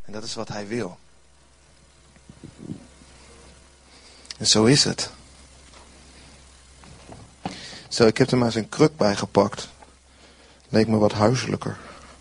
En dat is wat hij wil. En zo is het. Zo, ik heb er maar zijn kruk bij gepakt. Leek me wat huiselijker.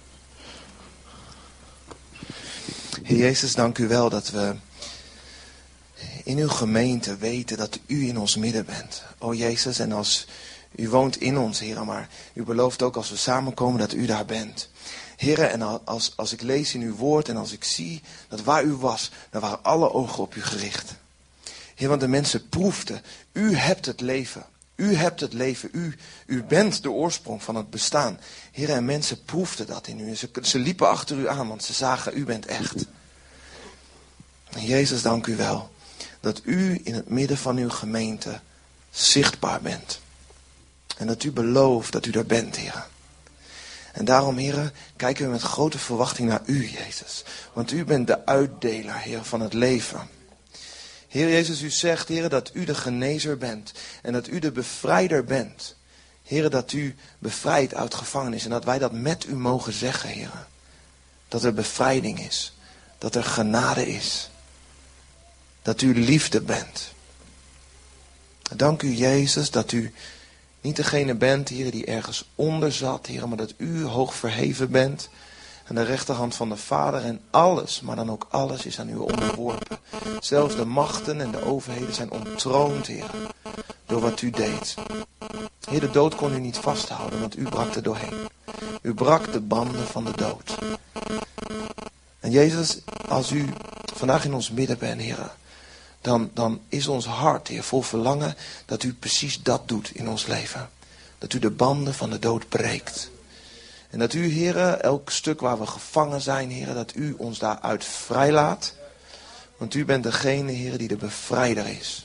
Heer Jezus, dank u wel dat we in uw gemeente weten dat u in ons midden bent. O Jezus, en als u woont in ons, Heer, maar u belooft ook als we samenkomen dat u daar bent. Heer, en als ik lees in uw woord en als ik zie dat waar u was, dan waren alle ogen op u gericht. Heer, want de mensen proefden, u hebt het leven. U hebt het leven. U bent de oorsprong van het bestaan. Heer, en mensen proefden dat in u. Ze liepen achter u aan, want ze zagen, u bent echt. En Jezus, dank u wel dat u in het midden van uw gemeente zichtbaar bent. En dat u belooft dat u daar bent, Heer. En daarom, Heer, kijken we met grote verwachting naar u, Jezus. Want u bent de uitdeler, Heer, van het leven. Heer Jezus, u zegt, Heer, dat u de genezer bent. En dat u de bevrijder bent. Heer, dat u bevrijdt uit gevangenis. En dat wij dat met u mogen zeggen, Heer. Dat er bevrijding is. Dat er genade is. Dat u liefde bent. Dank u, Jezus, dat u niet degene bent, Heer, die ergens onder zat, Heer, maar dat u hoog verheven bent. Aan de rechterhand van de Vader en alles, maar dan ook alles is aan u onderworpen. Zelfs de machten en de overheden zijn ontroond, Heer, door wat u deed. Heer, de dood kon u niet vasthouden, want u brak er doorheen. U brak de banden van de dood. En Jezus, als u vandaag in ons midden bent, Heer, dan is ons hart, Heer, vol verlangen dat u precies dat doet in ons leven. Dat u de banden van de dood breekt. En dat u, Heer, elk stuk waar we gevangen zijn, Heer, dat u ons daaruit vrijlaat. Want u bent degene, Heer, die de bevrijder is.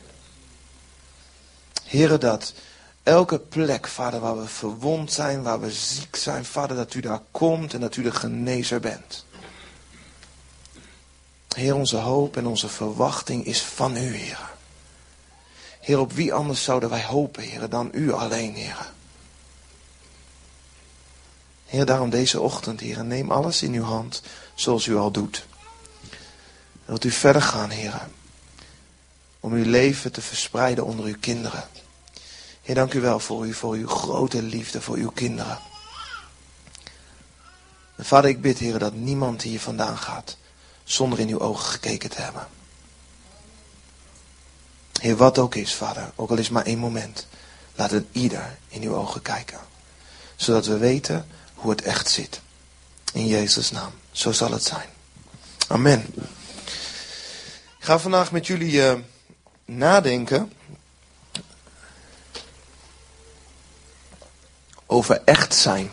Heer, dat elke plek, Vader, waar we verwond zijn, waar we ziek zijn, Vader, dat u daar komt en dat u de genezer bent. Heer, onze hoop en onze verwachting is van u, Heer. Heer, op wie anders zouden wij hopen, Heer, dan u alleen, Heer. Heer, daarom deze ochtend, Heer, neem alles in uw hand zoals u al doet. En wilt u verder gaan, Heer, om uw leven te verspreiden onder uw kinderen. Heer, dank u wel voor uw grote liefde voor uw kinderen. En Vader, ik bid, Heer, dat niemand hier vandaan gaat zonder in uw ogen gekeken te hebben. Heer, wat ook is, Vader, ook al is maar 1 moment, laat het ieder in uw ogen kijken. Zodat we weten hoe het echt zit. In Jezus' naam. Zo zal het zijn. Amen. Ik ga vandaag met jullie nadenken over echt zijn.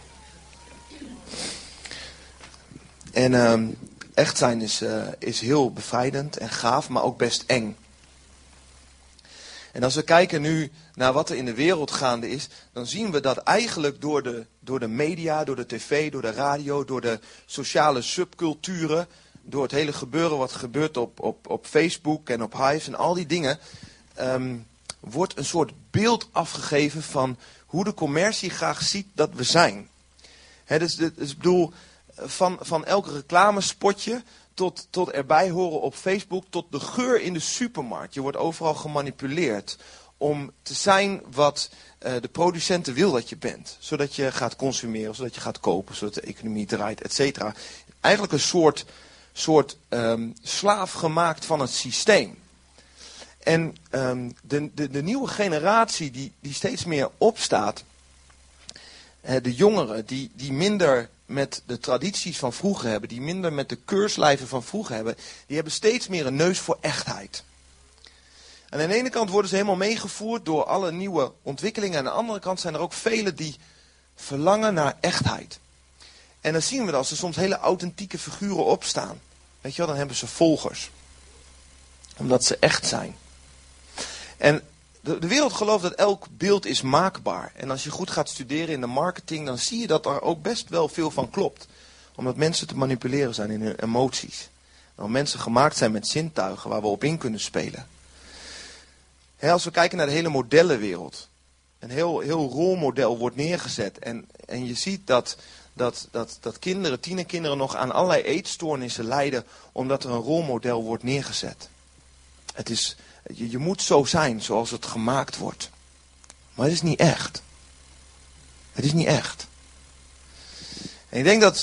En echt zijn is heel bevrijdend en gaaf, maar ook best eng. En als we kijken nu naar wat er in de wereld gaande is, dan zien we dat eigenlijk door de media, door de tv, door de radio, door de sociale subculturen, door het hele gebeuren wat gebeurt op Facebook en op Hives en al die dingen, wordt een soort beeld afgegeven van hoe de commercie graag ziet dat we zijn. Dus ik bedoel, van elk reclamespotje tot erbij horen op Facebook, tot de geur in de supermarkt. Je wordt overal gemanipuleerd om te zijn wat de producenten wil dat je bent. Zodat je gaat consumeren, zodat je gaat kopen, zodat de economie draait, et cetera. Eigenlijk een soort slaaf gemaakt van het systeem. En de nieuwe generatie die steeds meer opstaat, de jongeren die minder met de tradities van vroeger hebben, die minder met de keurslijven van vroeger hebben, die hebben steeds meer een neus voor echtheid. En aan de ene kant worden ze helemaal meegevoerd door alle nieuwe ontwikkelingen. En aan de andere kant zijn er ook velen die verlangen naar echtheid. En dan zien we dat als er soms hele authentieke figuren opstaan. Weet je wel, dan hebben ze volgers. Omdat ze echt zijn. En de wereld gelooft dat elk beeld is maakbaar. En als je goed gaat studeren in de marketing, dan zie je dat er ook best wel veel van klopt. Omdat mensen te manipuleren zijn in hun emoties. Dat mensen gemaakt zijn met zintuigen waar we op in kunnen spelen. Als we kijken naar de hele modellenwereld. Een heel rolmodel wordt neergezet. En je ziet dat kinderen, tienerkinderen nog aan allerlei eetstoornissen lijden omdat er een rolmodel wordt neergezet. Je moet zo zijn zoals het gemaakt wordt. Maar het is niet echt. Het is niet echt. En ik denk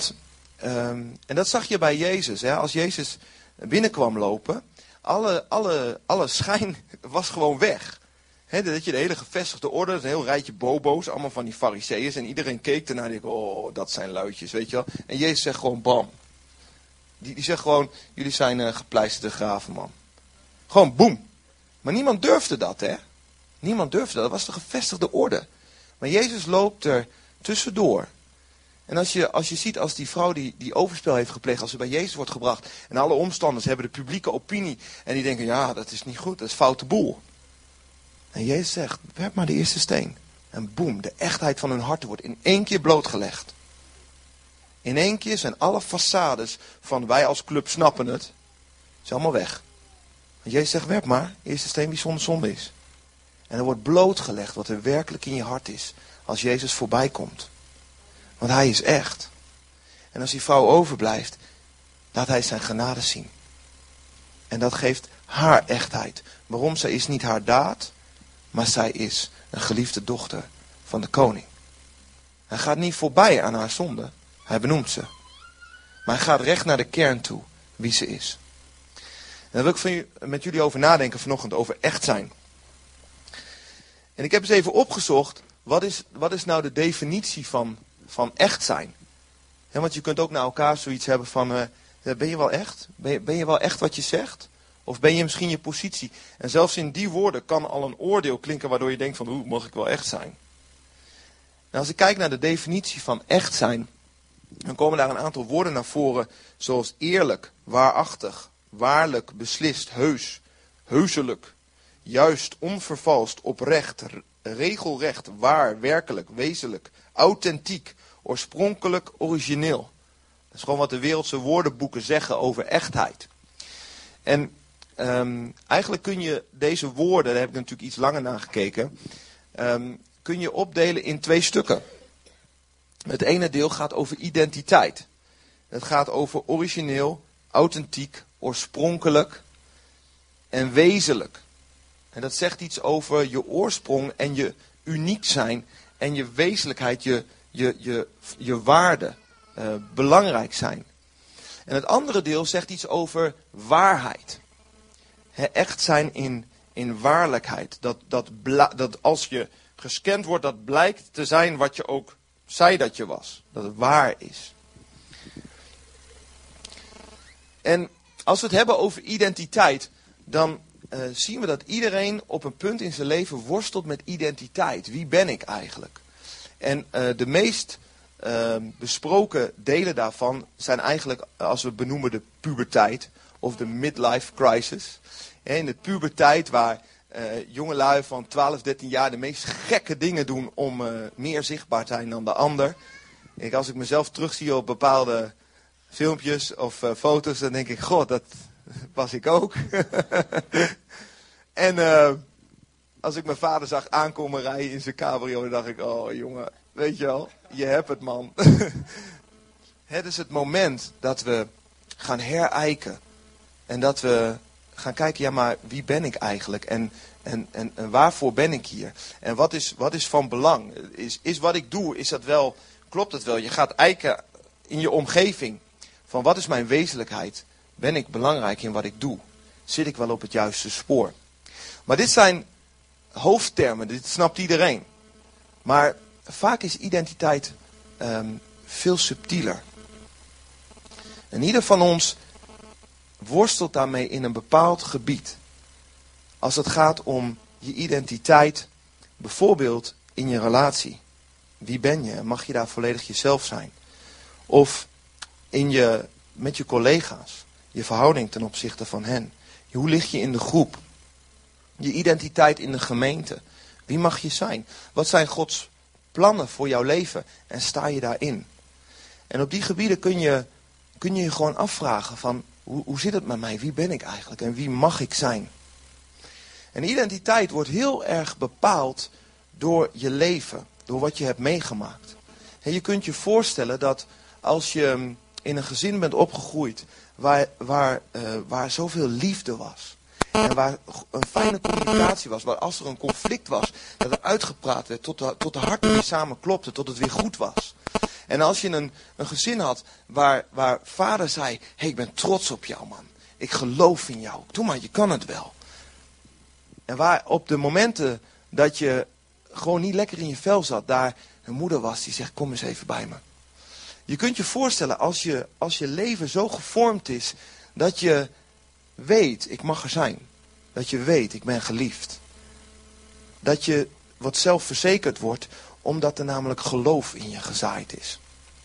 en dat zag je bij Jezus. Hè? Als Jezus binnenkwam lopen, alle schijn was gewoon weg. He, dat je de hele gevestigde orde, een heel rijtje bobo's, allemaal van die fariseeërs. En iedereen keek ernaar en dacht, oh, dat zijn luidjes, weet je wel. En Jezus zegt gewoon, bam. Die zegt gewoon, jullie zijn gepleisterde graven, man. Gewoon boem. Maar niemand durfde dat, hè. Niemand durfde dat, dat was de gevestigde orde. Maar Jezus loopt er tussendoor. En als je ziet als die vrouw die overspel heeft gepleegd, als ze bij Jezus wordt gebracht. En alle omstanders hebben de publieke opinie. En die denken, ja, dat is niet goed, dat is foute boel. En Jezus zegt, werp maar de eerste steen. En boem, de echtheid van hun harten wordt in één keer blootgelegd. In één keer zijn alle façades van wij als club snappen het, is allemaal weg. En Jezus zegt, werp maar, de eerste steen wie zonder zonde is. En er wordt blootgelegd wat er werkelijk in je hart is, als Jezus voorbij komt. Want hij is echt. En als die vrouw overblijft, laat hij zijn genade zien. En dat geeft haar echtheid. Waarom? Zij is niet haar daad, maar zij is een geliefde dochter van de koning. Hij gaat niet voorbij aan haar zonde. Hij benoemt ze. Maar hij gaat recht naar de kern toe, wie ze is. En daar wil ik met jullie over nadenken vanochtend, over echt zijn. En ik heb eens even opgezocht, wat is nou de definitie van echt zijn? Ja, want je kunt ook naar elkaar zoiets hebben van, ben je wel echt? Ben je wel echt wat je zegt? Of ben je misschien je positie? En zelfs in die woorden kan al een oordeel klinken waardoor je denkt van, hoe mag ik wel echt zijn? En als ik kijk naar de definitie van echt zijn, dan komen daar een aantal woorden naar voren, zoals eerlijk, waarachtig, waarlijk, beslist, heus, heuselijk, juist, onvervalst, oprecht, regelrecht, waar, werkelijk, wezenlijk, authentiek, oorspronkelijk, origineel. Dat is gewoon wat de wereldse woordenboeken zeggen over echtheid. En eigenlijk kun je deze woorden, daar heb ik natuurlijk iets langer naar gekeken, kun je opdelen in 2 stukken. Het ene deel gaat over identiteit. Het gaat over origineel, authentiek, oorspronkelijk en wezenlijk. En dat zegt iets over je oorsprong en je uniek zijn en je wezenlijkheid, je waarde, belangrijk zijn. En het andere deel zegt iets over waarheid. Echt zijn in waarlijkheid. Dat als je gescand wordt, dat blijkt te zijn wat je ook zei dat je was. Dat het waar is. En als we het hebben over identiteit, dan zien we dat iedereen op een punt in zijn leven worstelt met identiteit. Wie ben ik eigenlijk? En de meest besproken delen daarvan zijn eigenlijk, als we benoemen, de puberteit of de midlife crisis. In de puberteit waar jongelui van 12, 13 jaar de meest gekke dingen doen om meer zichtbaar te zijn dan de ander. Als ik mezelf terugzie op bepaalde filmpjes of foto's, dan denk ik, god, dat was ik ook. En als ik mijn vader zag aankomen rijden in zijn cabrio, dan dacht ik, oh jongen, weet je wel, je hebt het, man. Het is het moment dat we gaan herijken. En dat we gaan kijken, ja, maar wie ben ik eigenlijk? En waarvoor ben ik hier? En wat is van belang? Is wat ik doe, is dat wel, klopt het wel? Je gaat eiken in je omgeving. Van wat is mijn wezenlijkheid? Ben ik belangrijk in wat ik doe? Zit ik wel op het juiste spoor? Maar dit zijn hoofdtermen, dit snapt iedereen. Maar vaak is identiteit veel subtieler. En ieder van ons worstelt daarmee in een bepaald gebied. Als het gaat om je identiteit, bijvoorbeeld in je relatie. Wie ben je? Mag je daar volledig jezelf zijn? Of met je collega's, je verhouding ten opzichte van hen. Hoe lig je in de groep? Je identiteit in de gemeente. Wie mag je zijn? Wat zijn Gods plannen voor jouw leven? En sta je daarin? En op die gebieden kun je je gewoon afvragen van, hoe zit het met mij? Wie ben ik eigenlijk? En wie mag ik zijn? En identiteit wordt heel erg bepaald door je leven. Door wat je hebt meegemaakt. Je kunt je voorstellen dat als je in een gezin bent opgegroeid waar zoveel liefde was. En waar een fijne communicatie was. Waar als er een conflict was, dat er uitgepraat werd tot de harten weer samen klopten. Tot het weer goed was. En als je een gezin had waar vader zei, hey, ik ben trots op jou, man. Ik geloof in jou. Doe maar, je kan het wel. En waar op de momenten dat je gewoon niet lekker in je vel zat, daar een moeder was die zegt, kom eens even bij me. Je kunt je voorstellen als je leven zo gevormd is dat je weet, ik mag er zijn. Dat je weet, ik ben geliefd. Dat je wat zelfverzekerd wordt, omdat er namelijk geloof in je gezaaid is.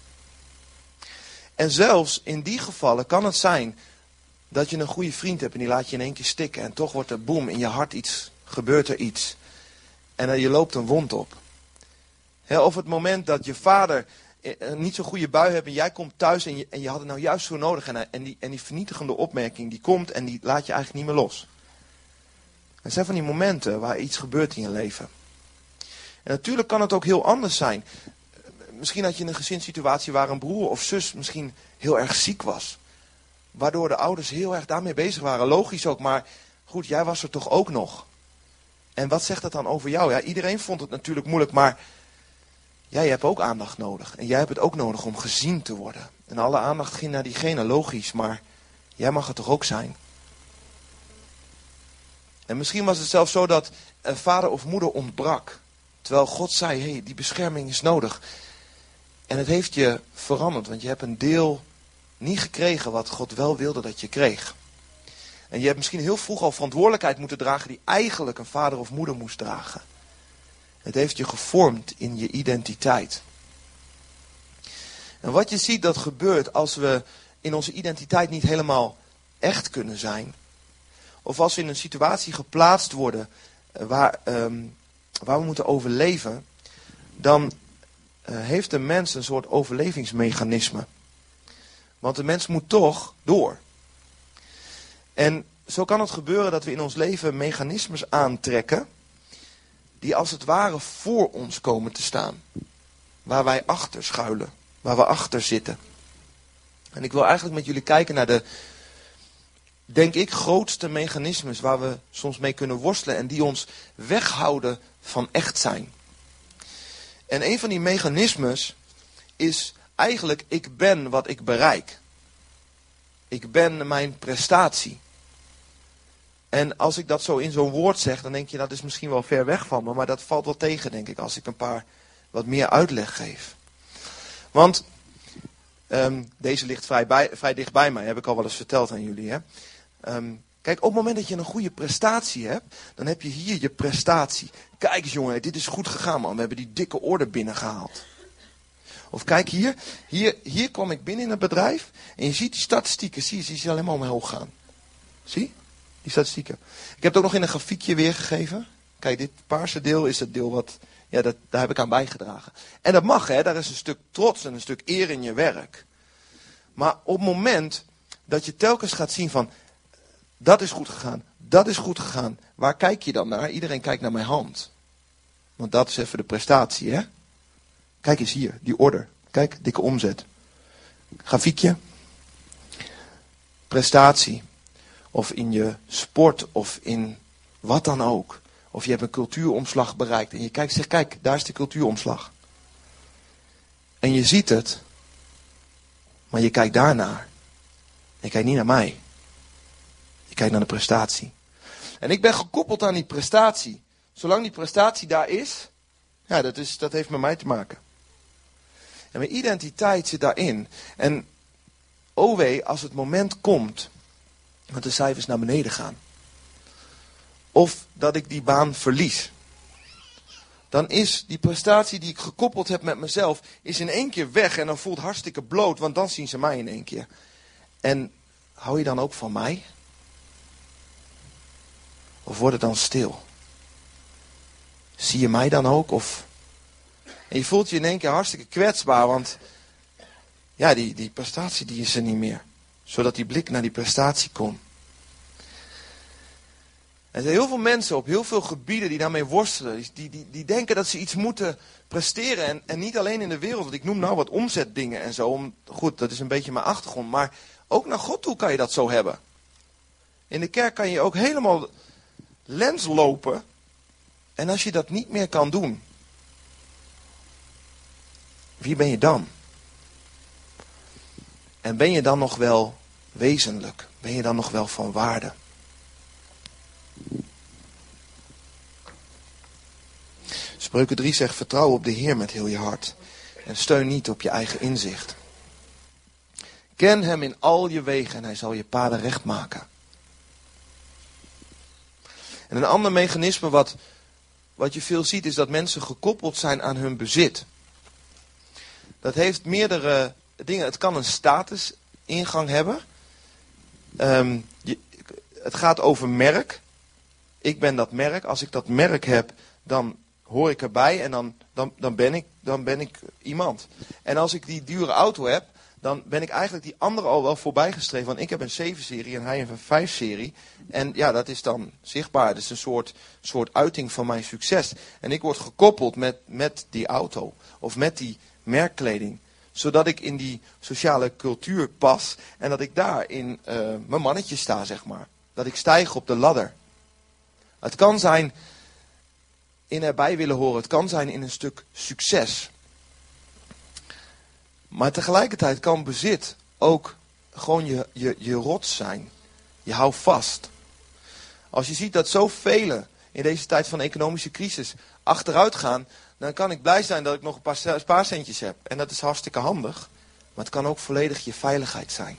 En zelfs in die gevallen kan het zijn dat je een goede vriend hebt en die laat je in één keer stikken. En toch wordt er boem, in je hart gebeurt er iets. En je loopt een wond op. Of het moment dat je vader niet zo'n goede bui hebt en jij komt thuis en je had het nou juist zo nodig. En die vernietigende opmerking die komt en die laat je eigenlijk niet meer los. Het zijn van die momenten waar iets gebeurt in je leven. En natuurlijk kan het ook heel anders zijn. Misschien had je een gezinssituatie waar een broer of zus misschien heel erg ziek was. Waardoor de ouders heel erg daarmee bezig waren. Logisch ook, maar goed, jij was er toch ook nog. En wat zegt dat dan over jou? Ja, iedereen vond het natuurlijk moeilijk, maar jij hebt ook aandacht nodig. En jij hebt het ook nodig om gezien te worden. En alle aandacht ging naar diegene, logisch, maar jij mag het toch ook zijn. En misschien was het zelfs zo dat een vader of moeder ontbrak. Terwijl God zei, hey, die bescherming is nodig. En het heeft je veranderd, want je hebt een deel niet gekregen wat God wel wilde dat je kreeg. En je hebt misschien heel vroeg al verantwoordelijkheid moeten dragen die eigenlijk een vader of moeder moest dragen. Het heeft je gevormd in je identiteit. En wat je ziet dat gebeurt als we in onze identiteit niet helemaal echt kunnen zijn. Of als we in een situatie geplaatst worden waar we moeten overleven. Dan heeft de mens een soort overlevingsmechanisme. Want de mens moet toch door. En zo kan het gebeuren dat we in ons leven mechanismes aantrekken die als het ware voor ons komen te staan. Waar wij achter schuilen. Waar we achter zitten. En ik wil eigenlijk met jullie kijken naar de, denk ik, grootste mechanismes waar we soms mee kunnen worstelen en die ons weghouden van echt zijn. En een van die mechanismes is eigenlijk, ik ben wat ik bereik. Ik ben mijn prestatie. En als ik dat zo in zo'n woord zeg, dan denk je, dat is misschien wel ver weg van me, maar dat valt wel tegen, denk ik, als ik een paar wat meer uitleg geef. Want deze ligt vrij dicht bij mij, heb ik al wel eens verteld aan jullie. Hè? Kijk, op het moment dat je een goede prestatie hebt, dan heb je hier je prestatie. Kijk eens jongen, dit is goed gegaan man, we hebben die dikke orde binnengehaald. Of kijk hier kwam ik binnen in het bedrijf en je ziet die statistieken, zie je alleen maar omhoog gaan. Zie? Die statistieken. Ik heb het ook nog in een grafiekje weergegeven. Kijk, dit paarse deel is het deel wat, ja, daar heb ik aan bijgedragen. En dat mag, hè, daar is een stuk trots en een stuk eer in je werk. Maar op het moment dat je telkens gaat zien van, dat is goed gegaan, dat is goed gegaan. Waar kijk je dan naar? Iedereen kijkt naar mijn hand. Want dat is even de prestatie, hè. Kijk eens hier, die orde. Kijk, dikke omzet. Grafiekje. Prestatie. Of in je sport of in wat dan ook. Of je hebt een cultuuromslag bereikt. En je kijkt en zegt, kijk, daar is de cultuuromslag. En je ziet het. Maar je kijkt daarnaar. Je kijkt niet naar mij. Je kijkt naar de prestatie. En ik ben gekoppeld aan die prestatie. Zolang die prestatie daar is. Ja, dat heeft met mij te maken. En mijn identiteit zit daarin. En oh wee, als het moment komt dat de cijfers naar beneden gaan. Of dat ik die baan verlies. Dan is die prestatie die ik gekoppeld heb met mezelf, is in één keer weg. En dan voelt hartstikke bloot, want dan zien ze mij in één keer. En hou je dan ook van mij? Of wordt het dan stil? Zie je mij dan ook? En je voelt je in één keer hartstikke kwetsbaar, want ja, die prestatie die is er niet meer. Zodat die blik naar die prestatie komt. Er zijn heel veel mensen op heel veel gebieden die daarmee worstelen. Die denken dat ze iets moeten presteren. En niet alleen in de wereld. Want ik noem nou wat omzetdingen en zo. Goed, dat is een beetje mijn achtergrond. Maar ook naar God toe kan je dat zo hebben. In de kerk kan je ook helemaal lens lopen. En als je dat niet meer kan doen. Wie ben je dan? En ben je dan nog wel wezenlijk? Ben je dan nog wel van waarde? Spreuken 3 zegt, vertrouw op de Heer met heel je hart. En steun niet op je eigen inzicht. Ken hem in al je wegen en hij zal je paden recht maken. En een ander mechanisme wat je veel ziet is dat mensen gekoppeld zijn aan hun bezit. Dat heeft meerdere dingen. Het kan een statusingang hebben. Het gaat over merk. Ik ben dat merk. Als ik dat merk heb, dan hoor ik erbij en dan ben ik iemand. En als ik die dure auto heb, dan ben ik eigenlijk die andere al wel voorbijgestreefd. Want ik heb een 7-serie en hij heeft een 5-serie. En ja, dat is dan zichtbaar. Dat is een soort uiting van mijn succes. En ik word gekoppeld met die auto. Of met die merkkleding. Zodat ik in die sociale cultuur pas. En dat ik daar in mijn mannetje sta, zeg maar. Dat ik stijg op de ladder. Het kan zijn in erbij willen horen. Het kan zijn in een stuk succes. Maar tegelijkertijd kan bezit ook gewoon je rots zijn. Je houdt vast. Als je ziet dat zoveel in deze tijd van economische crisis achteruit gaan, dan kan ik blij zijn dat ik nog een paar spaarcentjes heb. En dat is hartstikke handig. Maar het kan ook volledig je veiligheid zijn.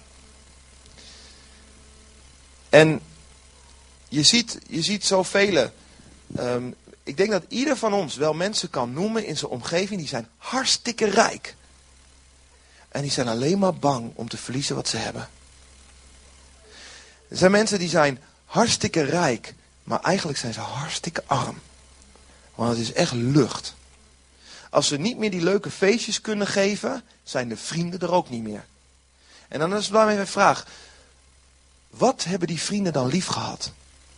En je ziet zoveel. Ik denk dat ieder van ons wel mensen kan noemen in zijn omgeving die zijn hartstikke rijk. En die zijn alleen maar bang om te verliezen wat ze hebben. Er zijn mensen die zijn hartstikke rijk, maar eigenlijk zijn ze hartstikke arm. Want het is echt lucht. Als ze niet meer die leuke feestjes kunnen geven, zijn de vrienden er ook niet meer. En dan is het daarmee mijn vraag. Wat hebben die vrienden dan lief gehad?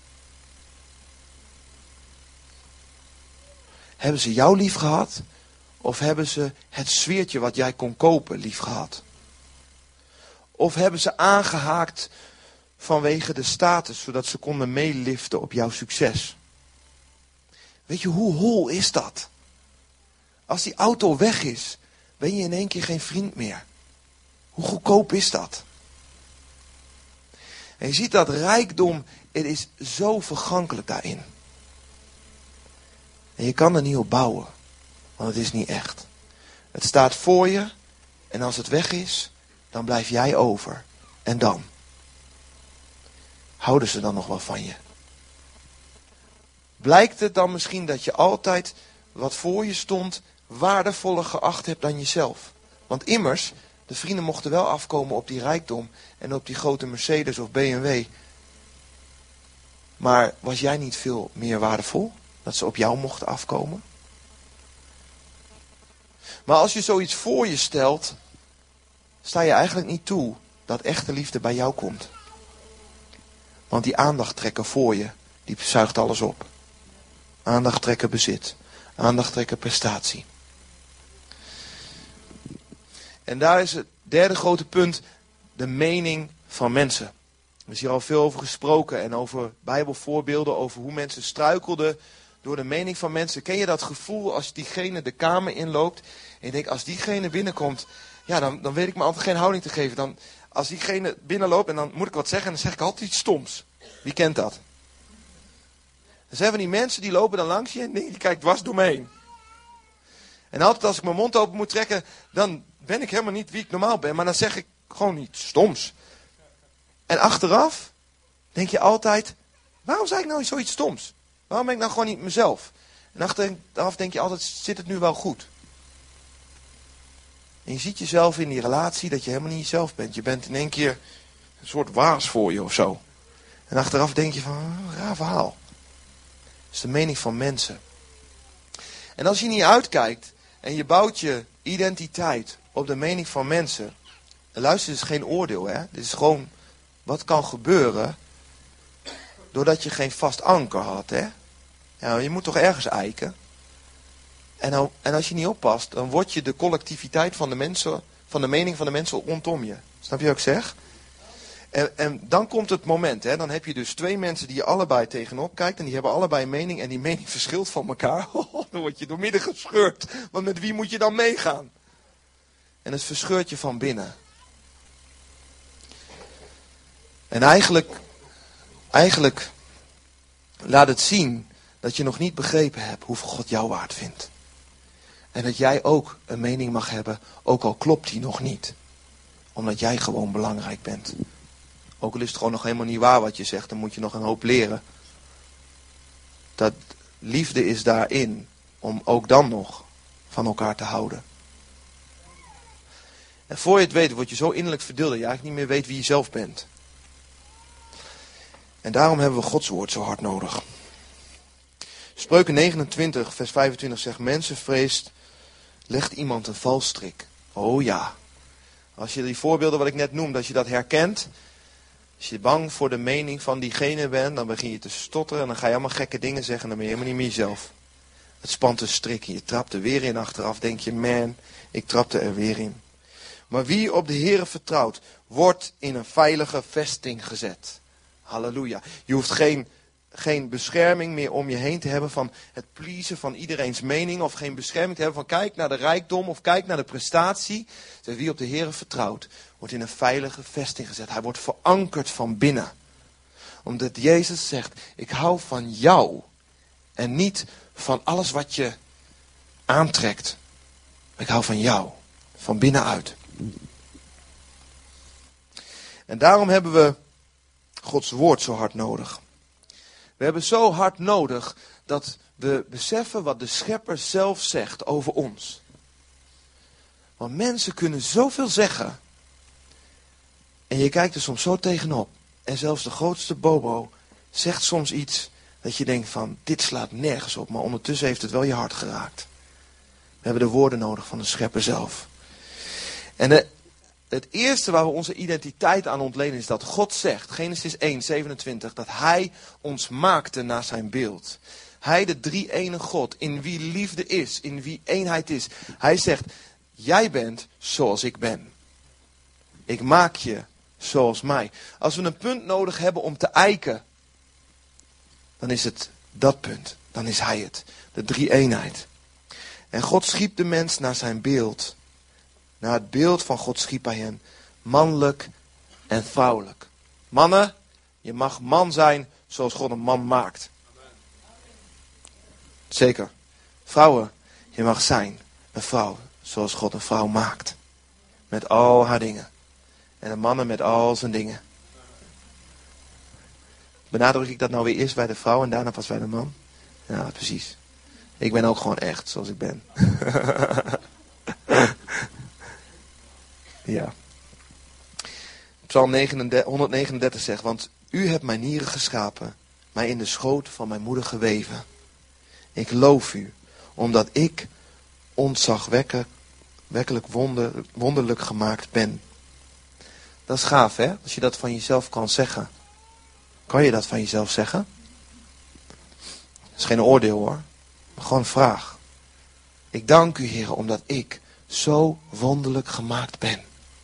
Hebben ze jou lief gehad? Of hebben ze het sfeertje wat jij kon kopen lief gehad? Of hebben ze aangehaakt vanwege de status, zodat ze konden meeliften op jouw succes? Weet je, hoe hol is dat? Als die auto weg is, ben je in één keer geen vriend meer. Hoe goedkoop is dat? En je ziet dat rijkdom, het is zo vergankelijk daarin. En je kan er niet op bouwen, want het is niet echt. Het staat voor je en als het weg is, dan blijf jij over. En dan? Houden ze dan nog wel van je? Blijkt het dan misschien dat je altijd wat voor je stond waardevoller geacht hebt dan jezelf? Want immers, de vrienden mochten wel afkomen op die rijkdom en op die grote Mercedes of BMW. Maar was jij niet veel meer waardevol? Dat ze op jou mochten afkomen? Maar als je zoiets voor je stelt, sta je eigenlijk niet toe dat echte liefde bij jou komt. Want die aandacht trekken voor je, die zuigt alles op. Aandacht trekken bezit. Aandacht trekken prestatie. En daar is het derde grote punt, de mening van mensen. Er is hier al veel over gesproken en over bijbelvoorbeelden, over hoe mensen struikelden door de mening van mensen. Ken je dat gevoel als diegene de kamer inloopt en je denkt, als diegene binnenkomt, ja, dan weet ik me altijd geen houding te geven. Dan, als diegene binnenloopt en dan moet ik wat zeggen en dan zeg ik altijd iets stoms. Wie kent dat? Er zijn van die mensen die lopen dan langs je en die kijkt dwars door me heen. En altijd als ik mijn mond open moet trekken, dan ben ik helemaal niet wie ik normaal ben, maar dan zeg ik gewoon iets stoms. En achteraf denk je altijd, waarom zei ik nou zoiets stoms? Waarom ben ik nou gewoon niet mezelf? En achteraf denk je altijd, zit het nu wel goed? En je ziet jezelf in die relatie dat je helemaal niet jezelf bent. Je bent in één keer een soort waas voor je of zo. En achteraf denk je van, raar verhaal. Dat is de mening van mensen. En als je niet uitkijkt en je bouwt je identiteit op de mening van mensen. En luister, dit is geen oordeel, hè. Dit is gewoon wat kan gebeuren Doordat je geen vast anker had, hè? Ja, je moet toch ergens eiken? En als je niet oppast, dan word je de collectiviteit van de mensen, van de mening van de mensen rondom je. Snap je wat ik zeg? En dan komt het moment, hè? Dan heb je dus twee mensen die je allebei tegenop kijkt en die hebben allebei een mening en die mening verschilt van elkaar. Dan word je doormidden gescheurd. Want met wie moet je dan meegaan? En het verscheurt je van binnen. En eigenlijk laat het zien dat je nog niet begrepen hebt hoeveel God jou waard vindt. En dat jij ook een mening mag hebben, ook al klopt die nog niet. Omdat jij gewoon belangrijk bent. Ook al is het gewoon nog helemaal niet waar wat je zegt, dan moet je nog een hoop leren. Dat liefde is daarin, om ook dan nog van elkaar te houden. En voor je het weet, word je zo innerlijk verdeeld dat je eigenlijk niet meer weet wie je zelf bent. En daarom hebben we Gods woord zo hard nodig. Spreuken 29, vers 25 zegt, mensenvrees legt iemand een valstrik. Oh ja. Als je die voorbeelden wat ik net noemde, als je dat herkent. Als je bang voor de mening van diegene bent, dan begin je te stotteren en dan ga je allemaal gekke dingen zeggen en dan ben je helemaal niet meer jezelf. Het spant een strik en je trapt er weer in achteraf. Denk je, man, ik trapte er weer in. Maar wie op de Heere vertrouwt, wordt in een veilige vesting gezet. Halleluja. Je hoeft geen bescherming meer om je heen te hebben van het pleasen van iedereen's mening. Of geen bescherming te hebben van kijk naar de rijkdom of kijk naar de prestatie. Dus wie op de Heere vertrouwt, wordt in een veilige vesting gezet. Hij wordt verankerd van binnen. Omdat Jezus zegt, ik hou van jou. En niet van alles wat je aantrekt. Ik hou van jou. Van binnenuit. En daarom hebben we Gods woord zo hard nodig. We hebben zo hard nodig dat we beseffen wat de Schepper zelf zegt over ons. Want mensen kunnen zoveel zeggen. En je kijkt er soms zo tegenop. En zelfs de grootste bobo zegt soms iets dat je denkt van dit slaat nergens op. Maar ondertussen heeft het wel je hart geraakt. We hebben de woorden nodig van de Schepper zelf. En het eerste waar we onze identiteit aan ontlenen is dat God zegt, Genesis 1, 27, dat Hij ons maakte naar zijn beeld. Hij, de drie-ene God, in wie liefde is, in wie eenheid is. Hij zegt, jij bent zoals ik ben. Ik maak je zoals mij. Als we een punt nodig hebben om te eiken, dan is het dat punt. Dan is Hij het. De drie-eenheid. En God schiep de mens naar zijn beeld. Naar het beeld van God schiep hij hen. Mannelijk en vrouwelijk. Mannen, je mag man zijn zoals God een man maakt. Zeker. Vrouwen, je mag zijn een vrouw zoals God een vrouw maakt. Met al haar dingen. En de mannen met al zijn dingen. Benadruk ik dat nou weer eerst bij de vrouw en daarna pas bij de man? Ja, precies. Ik ben ook gewoon echt zoals ik ben. Ja. Psalm 139 zegt, want u hebt mijn nieren geschapen, mij in de schoot van mijn moeder geweven. Ik loof u, omdat ik ontzagwekkelijk wonderlijk gemaakt ben. Dat is gaaf, hè? Als je dat van jezelf kan zeggen. Kan je dat van jezelf zeggen? Dat is geen oordeel hoor, maar gewoon een vraag. Ik dank u, Heer, omdat ik zo wonderlijk gemaakt ben.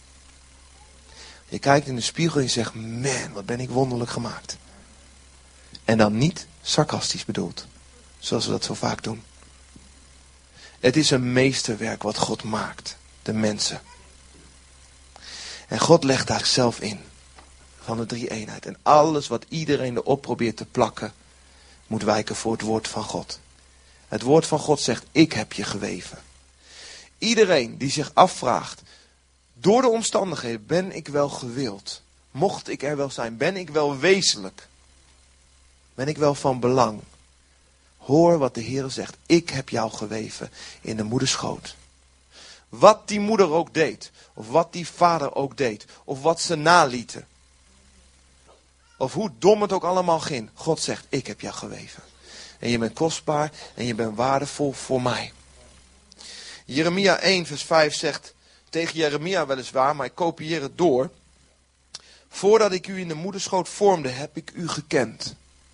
Je kijkt in de spiegel en je zegt, man, wat ben ik wonderlijk gemaakt. En dan niet sarcastisch bedoeld, zoals we dat zo vaak doen. Het is een meesterwerk wat God maakt, de mensen. En God legt daar zelf in, van de drie-eenheid. En alles wat iedereen erop probeert te plakken, moet wijken voor het woord van God. Het woord van God zegt, ik heb je geweven. Iedereen die zich afvraagt, door de omstandigheden, ben ik wel gewild? Mocht ik er wel zijn? Ben ik wel wezenlijk? Ben ik wel van belang? Hoor wat de Heer zegt. Ik heb jou geweven in de moederschoot. Wat die moeder ook deed. Of wat die vader ook deed. Of wat ze nalieten. Of hoe dom het ook allemaal ging. God zegt, ik heb jou geweven. En je bent kostbaar en je bent waardevol voor mij. Jeremia 1 vers 5 zegt tegen Jeremia weliswaar, maar ik kopieer het door. Voordat ik u in de moederschoot vormde, heb ik u gekend.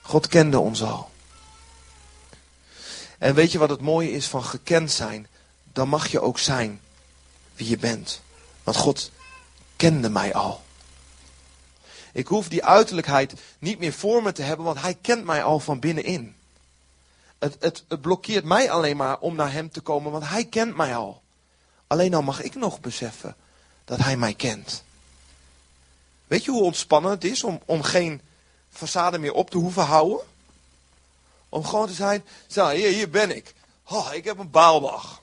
God kende ons al. En weet je wat het mooie is van gekend zijn? Dan mag je ook zijn wie je bent. Want God kende mij al. Ik hoef die uiterlijkheid niet meer voor me te hebben, want hij kent mij al van binnenin. Het blokkeert mij alleen maar om naar hem te komen, want hij kent mij al. Alleen dan mag ik nog beseffen dat hij mij kent. Weet je hoe ontspannend het is om geen façade meer op te hoeven houden? Om gewoon te zijn, zo, hier ben ik. Oh, ik heb een baaldag.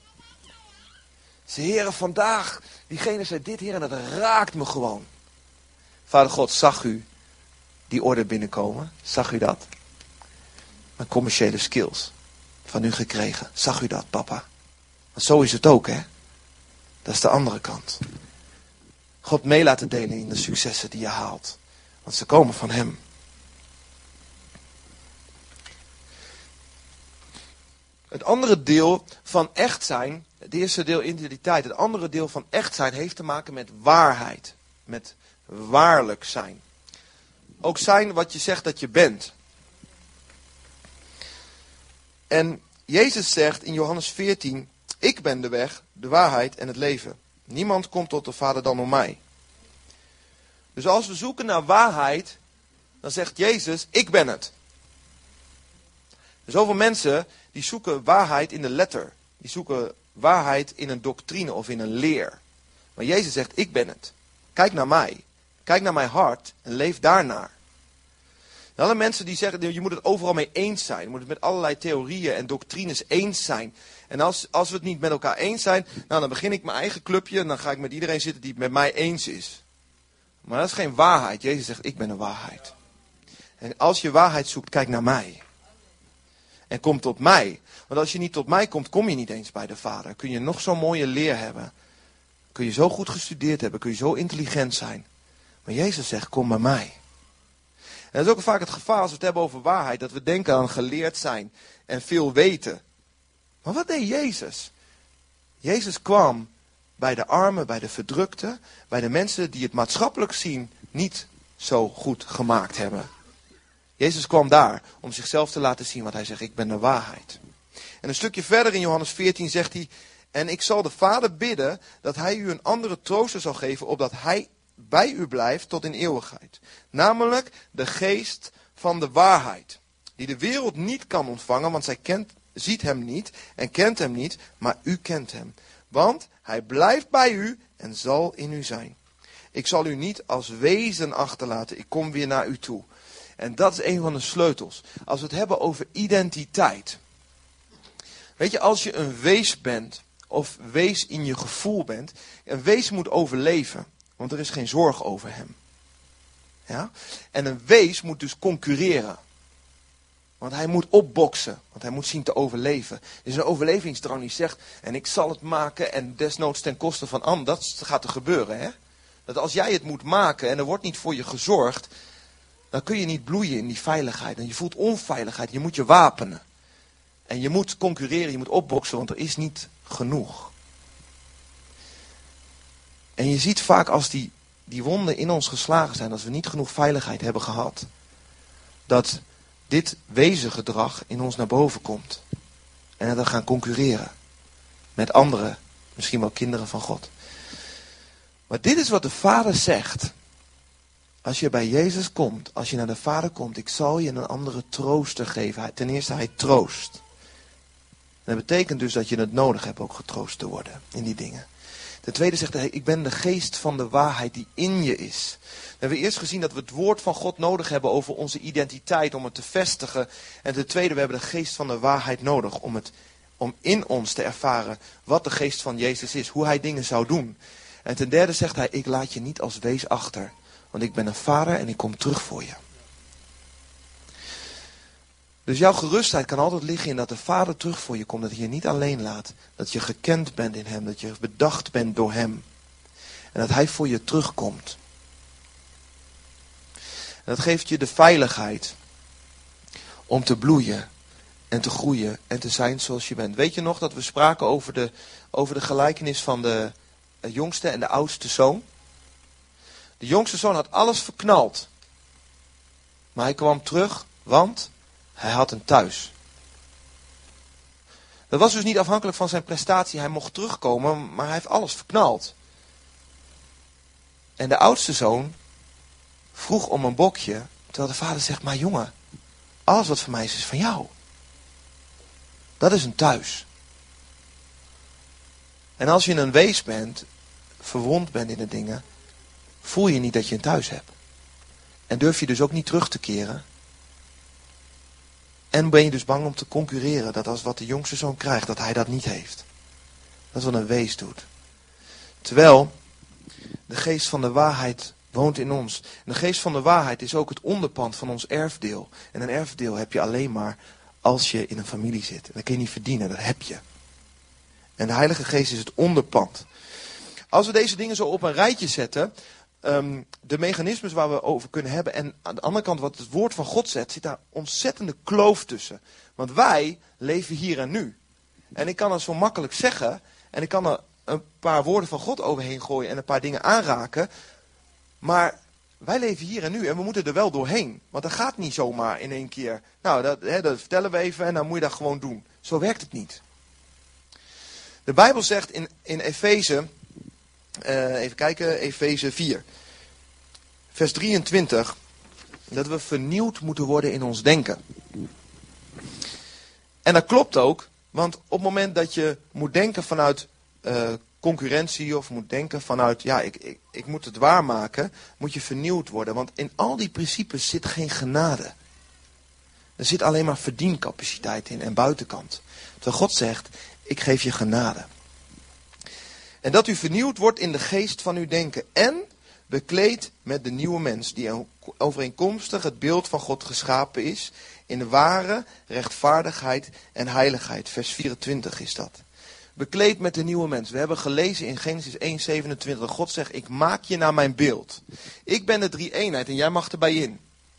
Ze heren, vandaag, diegene zei dit, heer, en dat raakt me gewoon. Vader God, zag u die orde binnenkomen? Zag u dat? Mijn commerciële skills van u gekregen. Zag u dat, papa? Want zo is het ook, hè? Dat is de andere kant. God mee laten delen in de successen die je haalt. Want ze komen van hem. Het andere deel van echt zijn, het eerste deel identiteit, het andere deel van echt zijn heeft te maken met waarheid. Met waarlijk zijn. Ook zijn wat je zegt dat je bent. En Jezus zegt in Johannes 14, ik ben de weg, de waarheid en het leven. Niemand komt tot de Vader dan door mij. Dus als we zoeken naar waarheid, dan zegt Jezus, ik ben het. Zoveel mensen die zoeken waarheid in de letter. Die zoeken waarheid in een doctrine of in een leer. Maar Jezus zegt, ik ben het. Kijk naar mij. Kijk naar mijn hart en leef daarnaar. En alle mensen die zeggen, je moet het overal mee eens zijn. Je moet het met allerlei theorieën en doctrines eens zijn. En als we het niet met elkaar eens zijn, nou, dan begin ik mijn eigen clubje en dan ga ik met iedereen zitten die het met mij eens is. Maar dat is geen waarheid. Jezus zegt, ik ben de waarheid. En als je waarheid zoekt, kijk naar mij. En kom tot mij. Want als je niet tot mij komt, kom je niet eens bij de Vader. Kun je nog zo'n mooie leer hebben. Kun je zo goed gestudeerd hebben. Kun je zo intelligent zijn. Maar Jezus zegt, kom bij mij. En dat is ook vaak het gevaar als we het hebben over waarheid. Dat we denken aan geleerd zijn en veel weten. Maar wat deed Jezus? Jezus kwam bij de armen, bij de verdrukten. Bij de mensen die het maatschappelijk zien niet zo goed gemaakt hebben. Jezus kwam daar om zichzelf te laten zien, want hij zegt, ik ben de waarheid. En een stukje verder in Johannes 14 zegt hij, en ik zal de Vader bidden dat hij u een andere trooster zal geven, opdat hij bij u blijft tot in eeuwigheid. Namelijk de geest van de waarheid, die de wereld niet kan ontvangen, want zij ziet hem niet en kent hem niet, maar u kent hem. Want hij blijft bij u en zal in u zijn. Ik zal u niet als wezen achterlaten, ik kom weer naar u toe. En dat is een van de sleutels. Als we het hebben over identiteit. Weet je, als je een wees bent, of wees in je gevoel bent. Een wees moet overleven, want er is geen zorg over hem. Ja? En een wees moet dus concurreren. Want hij moet opboksen, want hij moet zien te overleven. Er is een overlevingsdrang die zegt, en ik zal het maken en desnoods ten koste van anderen. Dat gaat er gebeuren, hè. Dat als jij het moet maken en er wordt niet voor je gezorgd, dan kun je niet bloeien in die veiligheid. En je voelt onveiligheid, je moet je wapenen. En je moet concurreren, je moet opboksen, want er is niet genoeg. En je ziet vaak als die wonden in ons geslagen zijn, als we niet genoeg veiligheid hebben gehad, dat dit wezengedrag in ons naar boven komt. En dat we gaan concurreren met anderen, misschien wel kinderen van God. Maar dit is wat de Vader zegt. Als je bij Jezus komt, als je naar de Vader komt, ik zal je een andere trooster geven. Ten eerste, hij troost. En dat betekent dus dat je het nodig hebt ook getroost te worden in die dingen. Ten tweede zegt hij, ik ben de geest van de waarheid die in je is. We hebben eerst gezien dat we het woord van God nodig hebben over onze identiteit, om het te vestigen. En ten tweede, we hebben de geest van de waarheid nodig om in ons te ervaren wat de geest van Jezus is, hoe hij dingen zou doen. En ten derde zegt hij, ik laat je niet als wees achter. Want ik ben een vader en ik kom terug voor je. Dus jouw gerustheid kan altijd liggen in dat de Vader terug voor je komt. Dat hij je niet alleen laat. Dat je gekend bent in hem. Dat je bedacht bent door hem. En dat hij voor je terugkomt. En dat geeft je de veiligheid. Om te bloeien. En te groeien. En te zijn zoals je bent. Weet je nog dat we spraken over de gelijkenis van de jongste en de oudste zoon? De jongste zoon had alles verknald. Maar hij kwam terug Want hij had een thuis. Dat was dus niet afhankelijk van zijn prestatie. Hij mocht terugkomen, maar hij heeft alles verknald. En de oudste zoon vroeg om een bokje, terwijl de vader zegt, maar jongen, alles wat van mij is van jou. Dat is een thuis. En als je een wees bent, verwond bent in de dingen, voel je niet dat je een thuis hebt. En durf je dus ook niet terug te keren. En ben je dus bang om te concurreren, dat als wat de jongste zoon krijgt, dat hij dat niet heeft. Dat is wat een wees doet. Terwijl de geest van de waarheid woont in ons. En de geest van de waarheid is ook het onderpand van ons erfdeel. En een erfdeel heb je alleen maar als je in een familie zit. En dat kun je niet verdienen, dat heb je. En de Heilige Geest is het onderpand. Als we deze dingen zo op een rijtje zetten, de mechanismes waar we over kunnen hebben, en aan de andere kant wat het woord van God zet, zit daar ontzettende kloof tussen. Want wij leven hier en nu. En ik kan het zo makkelijk zeggen, en ik kan er een paar woorden van God overheen gooien en een paar dingen aanraken. Maar wij leven hier en nu en we moeten er wel doorheen. Want dat gaat niet zomaar in één keer. Nou, dat vertellen we even en dan moet je dat gewoon doen. Zo werkt het niet. De Bijbel zegt in Efeze, even kijken, Efeze 4, vers 23, dat we vernieuwd moeten worden in ons denken. En dat klopt ook, want op het moment dat je moet denken vanuit concurrentie of moet denken vanuit, ja, ik moet het waarmaken, moet je vernieuwd worden. Want in al die principes zit geen genade. Er zit alleen maar verdiencapaciteit in en buitenkant. Terwijl God zegt, ik geef je genade. En dat u vernieuwd wordt in de geest van uw denken. En bekleed met de nieuwe mens, die overeenkomstig het beeld van God geschapen is, in de ware rechtvaardigheid en heiligheid. Vers 24 is dat. Bekleed met de nieuwe mens. We hebben gelezen in Genesis 1:27. God zegt, ik maak je naar mijn beeld. Ik ben de drie-eenheid en jij mag erbij in.